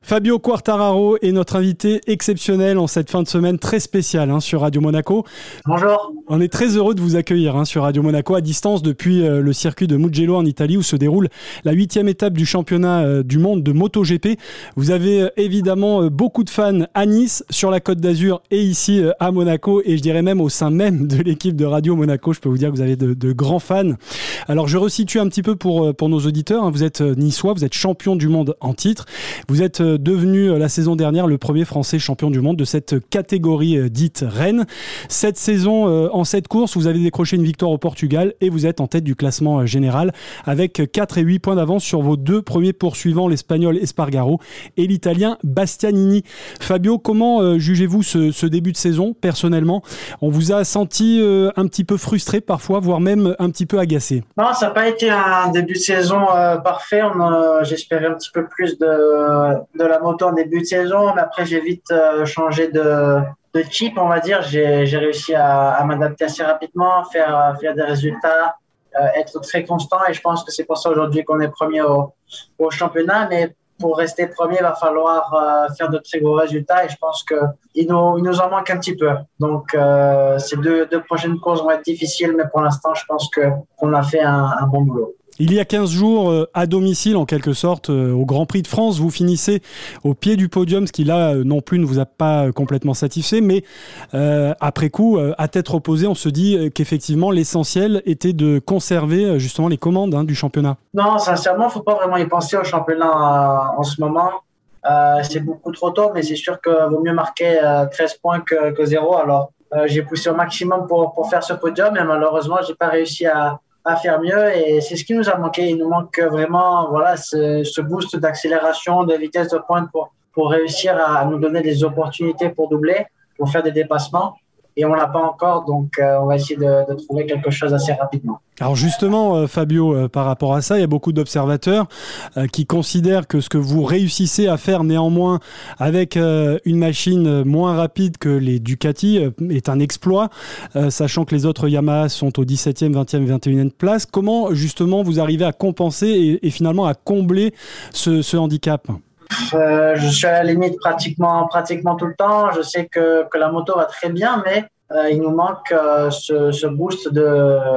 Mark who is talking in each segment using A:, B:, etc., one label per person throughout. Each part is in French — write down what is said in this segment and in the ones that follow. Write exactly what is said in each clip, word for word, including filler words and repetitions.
A: Fabio Quartararo est notre invité exceptionnel en cette fin de semaine très spéciale hein, sur Radio Monaco.
B: Bonjour.
A: On est très heureux de vous accueillir hein, sur Radio Monaco à distance depuis euh, le circuit de Mugello en Italie où se déroule la huitième étape du championnat euh, du monde de MotoGP. Vous avez euh, évidemment euh, beaucoup de fans à Nice, sur la Côte d'Azur et ici euh, à Monaco, et je dirais même au sein même de l'équipe de Radio Monaco. Je peux vous dire que vous avez de, de grands fans. Alors je resitue un petit peu pour, pour nos auditeurs. Hein. Vous êtes euh, niçois, vous êtes champion du monde en titre. Vous êtes euh, devenu euh, la saison dernière le premier Français champion du monde de cette catégorie euh, dite reine. Cette saison, euh, en cette course, vous avez décroché une victoire au Portugal et vous êtes en tête du classement euh, général avec quatre et huit points d'avance sur vos deux premiers poursuivants, l'Espagnol Espargaro et l'Italien Bastianini. Fabio, comment euh, jugez-vous ce, ce début de saison personnellement? On vous a senti euh, un petit peu frustré parfois, voire même un petit peu agacé.
B: Non, ça n'a pas été un début de saison euh, parfait. On, euh, j'espérais un petit peu plus de, de la moto en début de saison, mais après j'ai vite euh, changé de, de type, on va dire. J'ai, j'ai réussi à, à m'adapter assez rapidement, faire, faire des résultats, euh, être très constant, et je pense que c'est pour ça aujourd'hui qu'on est premier au, au championnat. Mais pour rester premier, il va falloir euh, faire de très gros résultats, et je pense qu'il nous, il nous en manque un petit peu. Donc, euh, ces deux, deux prochaines courses vont être difficiles, mais pour l'instant, je pense que, qu'on a fait un, un bon boulot.
A: Il y a quinze jours, à domicile en quelque sorte, au Grand Prix de France, vous finissez au pied du podium, ce qui là non plus ne vous a pas complètement satisfait, mais euh, après coup, à tête reposée, on se dit qu'effectivement l'essentiel était de conserver justement les commandes hein, du championnat.
B: Non, sincèrement, il ne faut pas vraiment y penser au championnat euh, en ce moment. Euh, c'est beaucoup trop tôt, mais c'est sûr qu'il vaut mieux marquer euh, treize points que, que zéro. Alors, euh, j'ai poussé au maximum pour, pour faire ce podium, mais malheureusement, je n'ai pas réussi à à faire mieux, et c'est ce qui nous a manqué. Il nous manque vraiment voilà, ce, ce boost d'accélération, de vitesse de pointe pour, pour réussir à nous donner des opportunités pour doubler, pour faire des dépassements, et on ne l'a pas encore, donc euh, on va essayer de, de trouver quelque chose assez rapidement.
A: Alors justement, euh, Fabio, euh, par rapport à ça, il y a beaucoup d'observateurs euh, qui considèrent que ce que vous réussissez à faire néanmoins avec euh, une machine moins rapide que les Ducati euh, est un exploit, euh, sachant que les autres Yamaha sont au dix-septième, vingtième, vingt et unième place. Comment justement vous arrivez à compenser et, et finalement à combler ce, ce handicap ?
B: Euh, je suis à la limite pratiquement, pratiquement tout le temps. Je sais que, que la moto va très bien, mais euh, il nous manque euh, ce, ce boost de,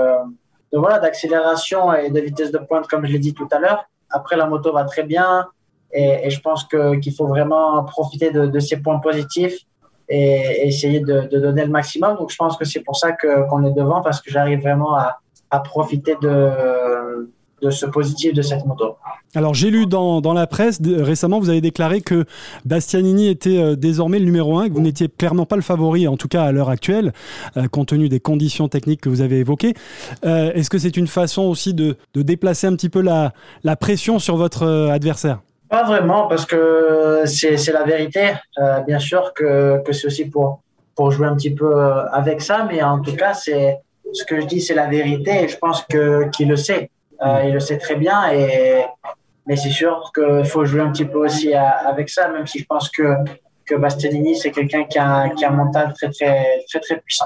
B: de, voilà, d'accélération et de vitesse de pointe, comme je l'ai dit tout à l'heure. Après, la moto va très bien, et, et je pense que, qu'il faut vraiment profiter de, de ces points positifs et, et essayer de, de donner le maximum. Donc, je pense que c'est pour ça que, qu'on est devant, parce que j'arrive vraiment à, à profiter de... de ce positif de cette moto.
A: Alors j'ai lu dans, dans la presse d- récemment, vous avez déclaré que Bastianini était euh, désormais le numéro un, que vous n'étiez clairement pas le favori, en tout cas à l'heure actuelle, euh, compte tenu des conditions techniques que vous avez évoquées. Euh, est-ce que c'est une façon aussi de, de déplacer un petit peu la, la pression sur votre euh, adversaire ?
B: Pas vraiment, parce que c'est, c'est la vérité. Euh, bien sûr que, que c'est aussi pour, pour jouer un petit peu avec ça, mais en tout cas, c'est, ce que je dis, c'est la vérité, et je pense que, qu'il le sait. Euh, il le sait très bien, et, mais c'est sûr qu'il faut jouer un petit peu aussi à, avec ça, même si je pense que, que Bastianini, c'est quelqu'un qui a, qui a un mental très, très, très, très puissant.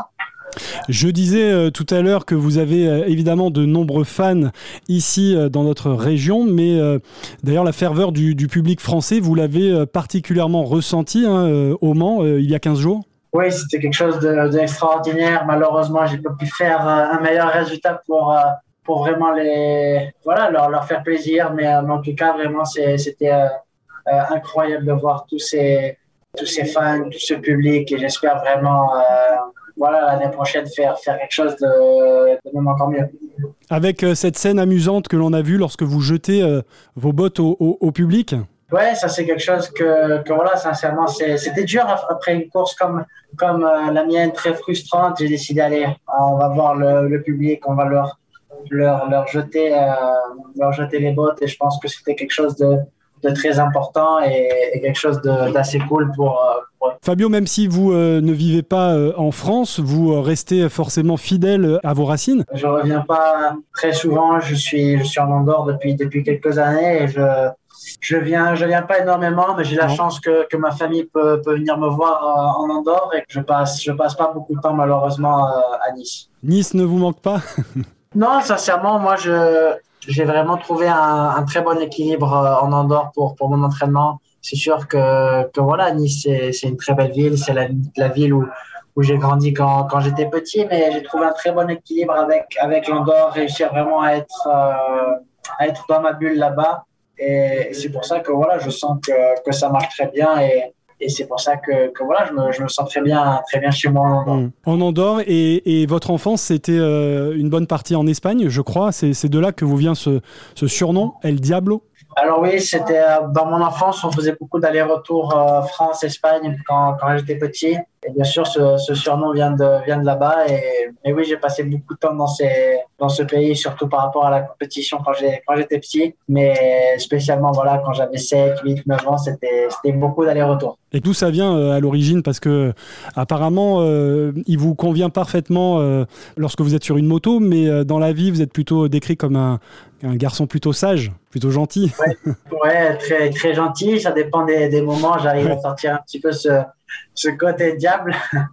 A: Je disais euh, tout à l'heure que vous avez euh, évidemment de nombreux fans ici euh, dans notre région, mais euh, d'ailleurs la ferveur du, du public français, vous l'avez euh, particulièrement ressenti hein, euh, au Mans euh, il y a quinze jours ?
B: Oui, c'était quelque chose de, d'extraordinaire. Malheureusement, j'ai pas pu faire euh, un meilleur résultat pour... Euh, pour vraiment les, voilà, leur, leur faire plaisir. Mais, mais en tout cas, vraiment, c'est, c'était euh, euh, incroyable de voir tous ces, tous ces fans, tout ce public. Et j'espère vraiment, euh, voilà, l'année prochaine, faire, faire quelque chose de, de même encore mieux.
A: Avec euh, cette scène amusante que l'on a vue lorsque vous jetez euh, vos bottes au, au, au public ?
B: Ouais, ça c'est quelque chose que, que voilà, sincèrement, c'est, c'était dur après une course comme, comme euh, la mienne, très frustrante. J'ai décidé d'aller, on va voir le, le public, on va leur Leur, leur, jeter, euh, leur jeter les bottes, et je pense que c'était quelque chose de, de très important et, et quelque chose de, d'assez cool pour, pour...
A: Fabio, même si vous euh, ne vivez pas euh, en France, vous euh, restez forcément fidèle à vos racines.
B: Je ne reviens pas très souvent, je suis, je suis en Andorre depuis, depuis quelques années, et je je viens, je viens pas énormément, mais j'ai la non. chance que, que ma famille peut, peut venir me voir euh, en Andorre, et que je passe, je passe pas beaucoup de temps malheureusement euh, à Nice.
A: Nice ne vous manque pas?
B: Non, sincèrement, moi, je, j'ai vraiment trouvé un, un très bon équilibre en Andorre pour, pour mon entraînement. c'est sûr que, que voilà, Nice, c'est, c'est une très belle ville. C'est la, la ville où, où j'ai grandi quand, quand j'étais petit, mais j'ai trouvé un très bon équilibre avec, avec l'Andorre, réussir vraiment à être, euh, à être dans ma bulle là-bas. Et, et c'est pour ça que voilà, je sens que, que ça marche très bien. Et, Et c'est pour ça que, que voilà, je me, je me sens très bien, très bien chez moi en Andorre.
A: Mmh. En Andorre, et, et votre enfance, c'était euh, une bonne partie en Espagne, je crois. C'est, c'est de là que vous vient ce, ce surnom, El Diablo.
B: Alors oui, c'était dans mon enfance, on faisait beaucoup d'allers-retours euh, France-Espagne quand, quand j'étais petit. Et bien sûr, ce, ce surnom vient de, vient de là-bas. Et, et oui, j'ai passé beaucoup de temps dans, ces, dans ce pays, surtout par rapport à la compétition quand, j'ai, quand j'étais petit. Mais spécialement, voilà, quand j'avais sept, huit, neuf ans, c'était, c'était beaucoup d'allers-retours.
A: Et d'où ça vient euh, à l'origine? Parce que apparemment, euh, il vous convient parfaitement euh, lorsque vous êtes sur une moto, mais euh, dans la vie, vous êtes plutôt décrit comme un, un garçon plutôt sage, plutôt gentil.
B: Ouais, ouais très, très gentil. Ça dépend des, des moments. J'arrive ouais. à sortir un petit peu ce, ce côté diable.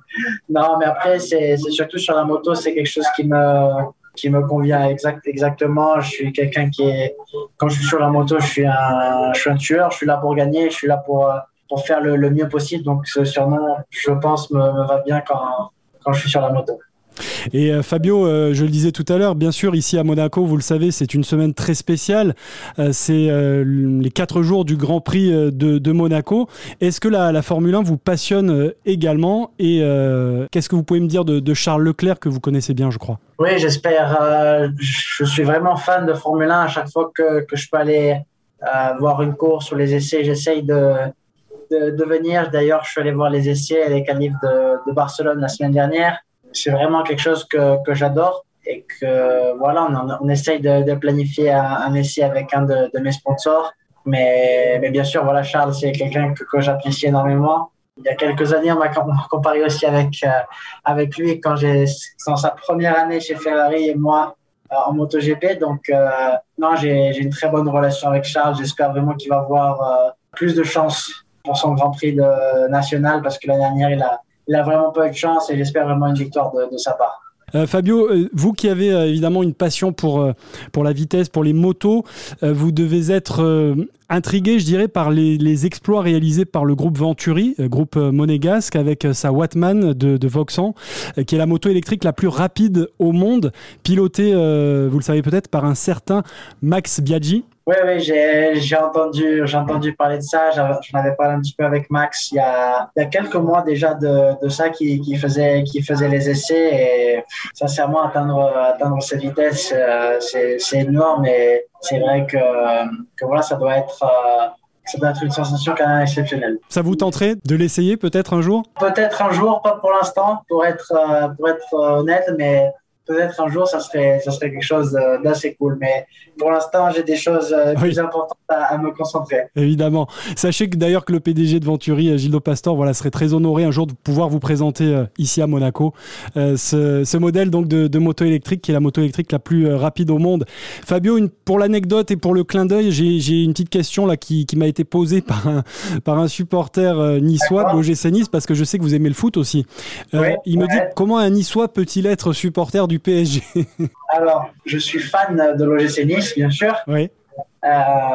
B: Non, mais après, c'est, c'est surtout sur la moto, c'est quelque chose qui me, qui me convient exact, exactement. Je suis quelqu'un qui est, quand je suis sur la moto, je suis un, je suis un tueur. Je suis là pour gagner. Je suis là pour, pour faire le, le mieux possible. Donc, ce surnom, je pense, me, me va bien quand, quand je suis sur la moto.
A: Et euh, Fabio, euh, je le disais tout à l'heure, bien sûr, ici à Monaco, vous le savez, c'est une semaine très spéciale. Euh, c'est euh, les quatre jours du Grand Prix de, de Monaco. Est-ce que la, la Formule un vous passionne euh, également? Et euh, qu'est-ce que vous pouvez me dire de, de Charles Leclerc, que vous connaissez bien, je crois?
B: Oui, j'espère. Euh, je suis vraiment fan de Formule un. À chaque fois que, que je peux aller euh, voir une course ou les essais, j'essaye de, de, de venir. D'ailleurs, je suis allé voir les essais et les qualifs de, de Barcelone la semaine dernière. C'est vraiment quelque chose que, que j'adore et que voilà, on, on essaye de, de planifier un, un essai avec un de, de mes sponsors. Mais, mais bien sûr, voilà, Charles, c'est quelqu'un que, que j'apprécie énormément. Il y a quelques années, on m'a comparé aussi avec, euh, avec lui quand j'ai, dans sa première année chez Ferrari et moi euh, en MotoGP. Donc, euh, non, j'ai, j'ai une très bonne relation avec Charles. J'espère vraiment qu'il va avoir euh, plus de chance pour son Grand Prix de, national parce que l'année dernière, il a Il a vraiment pas eu de chance et j'espère vraiment une victoire de, de sa part.
A: Euh, Fabio, euh, vous qui avez euh, évidemment une passion pour, euh, pour la vitesse, pour les motos, euh, vous devez être euh, intrigué, je dirais, par les, les exploits réalisés par le groupe Venturi, euh, groupe euh, monégasque, avec euh, sa Wattman de, de Vauxhall, euh, qui est la moto électrique la plus rapide au monde, pilotée, euh, vous le savez peut-être, par un certain Max Biaggi.
B: Oui, oui, j'ai, j'ai, entendu, j'ai entendu parler de ça. J'en avais parlé un petit peu avec Max il y a, il y a quelques mois déjà de, de ça qui, qui, faisait, qui faisait les essais. Et sincèrement, atteindre, atteindre cette vitesse, euh, c'est, c'est énorme. Et c'est vrai que, que voilà, ça doit être... Euh, ça doit être une sensation quand même exceptionnelle.
A: Ça vous tenterait de l'essayer peut-être un jour?
B: Peut-être un jour, pas pour l'instant, pour être, euh, pour être honnête, mais... Peut-être un jour, ça serait, ça serait quelque chose d'assez cool. Mais pour l'instant, j'ai des choses plus oui. importantes à, à me concentrer.
A: Évidemment. Sachez que d'ailleurs que le P D G de Venturi, Gildo Pastor, voilà, serait très honoré un jour de pouvoir vous présenter euh, ici à Monaco euh, ce, ce modèle donc, de, de moto électrique qui est la moto électrique la plus euh, rapide au monde. Fabio, une, pour l'anecdote et pour le clin d'œil, j'ai, j'ai une petite question là, qui, qui m'a été posée par un, par un supporter euh, niçois, l'O G C Nice, parce que je sais que vous aimez le foot aussi. Euh, oui, il me ouais. dit comment un Niçois peut-il être supporter du P S G?
B: Alors, je suis fan de l'O G C Nice, bien sûr.
A: Oui.
B: Euh,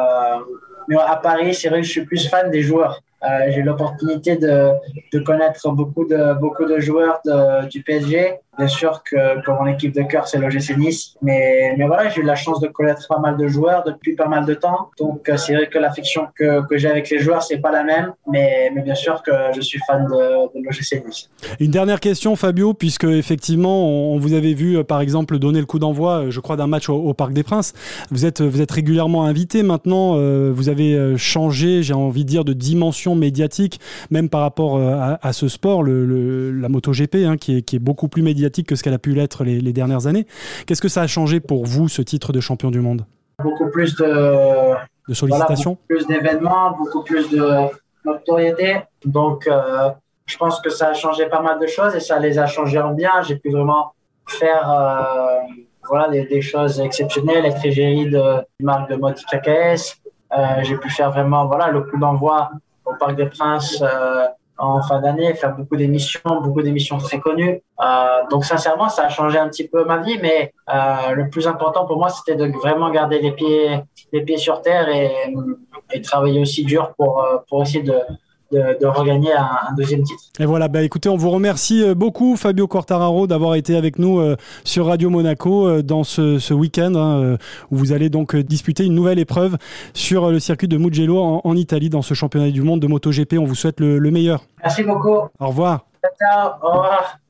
B: mais à Paris, c'est vrai que je suis plus fan des joueurs. Euh, j'ai eu l'opportunité de, de connaître beaucoup de, beaucoup de joueurs de, du P S G. Bien sûr que, que mon équipe de cœur, c'est l'O G C Nice. Mais, mais voilà, j'ai eu la chance de connaître pas mal de joueurs depuis pas mal de temps. Donc, c'est vrai que l'affection que, que j'ai avec les joueurs, c'est pas la même. Mais, mais bien sûr que je suis fan de, de l'O G C Nice.
A: Une dernière question, Fabio, puisque effectivement, on vous avait vu, par exemple, donner le coup d'envoi, je crois, d'un match au, au Parc des Princes. Vous êtes, vous êtes régulièrement invité maintenant. Euh, vous avez changé, j'ai envie de dire, de dimension médiatique, même par rapport à, à ce sport, le, le, la MotoGP, hein, qui est, qui est beaucoup plus médiatique que ce qu'elle a pu l'être les, les dernières années. Qu'est-ce que ça a changé pour vous, ce titre de champion du monde?
B: Beaucoup plus de,
A: de sollicitations,
B: voilà, beaucoup plus d'événements, beaucoup plus de notoriété. Donc, euh, je pense que ça a changé pas mal de choses et ça les a changés en bien. J'ai pu vraiment faire euh, voilà, des, des choses exceptionnelles, être égérie de marque de mode K K S. Euh, j'ai pu faire vraiment voilà, le coup d'envoi au Parc des Princes euh, en fin d'année, faire beaucoup d'émissions, beaucoup d'émissions très connues. Euh, donc sincèrement, ça a changé un petit peu ma vie, mais euh, le plus important pour moi, c'était de vraiment garder les pieds, les pieds sur terre et, et travailler aussi dur pour, pour essayer de De, de regagner un, un deuxième titre.
A: Et voilà, bah écoutez, on vous remercie beaucoup, Fabio Quartararo, d'avoir été avec nous euh, sur Radio Monaco euh, dans ce, ce week-end hein, euh, où vous allez donc euh, disputer une nouvelle épreuve sur euh, le circuit de Mugello en, en Italie dans ce championnat du monde de MotoGP. On vous souhaite le, le meilleur.
B: Merci beaucoup.
A: Au revoir.
B: Ciao, au revoir.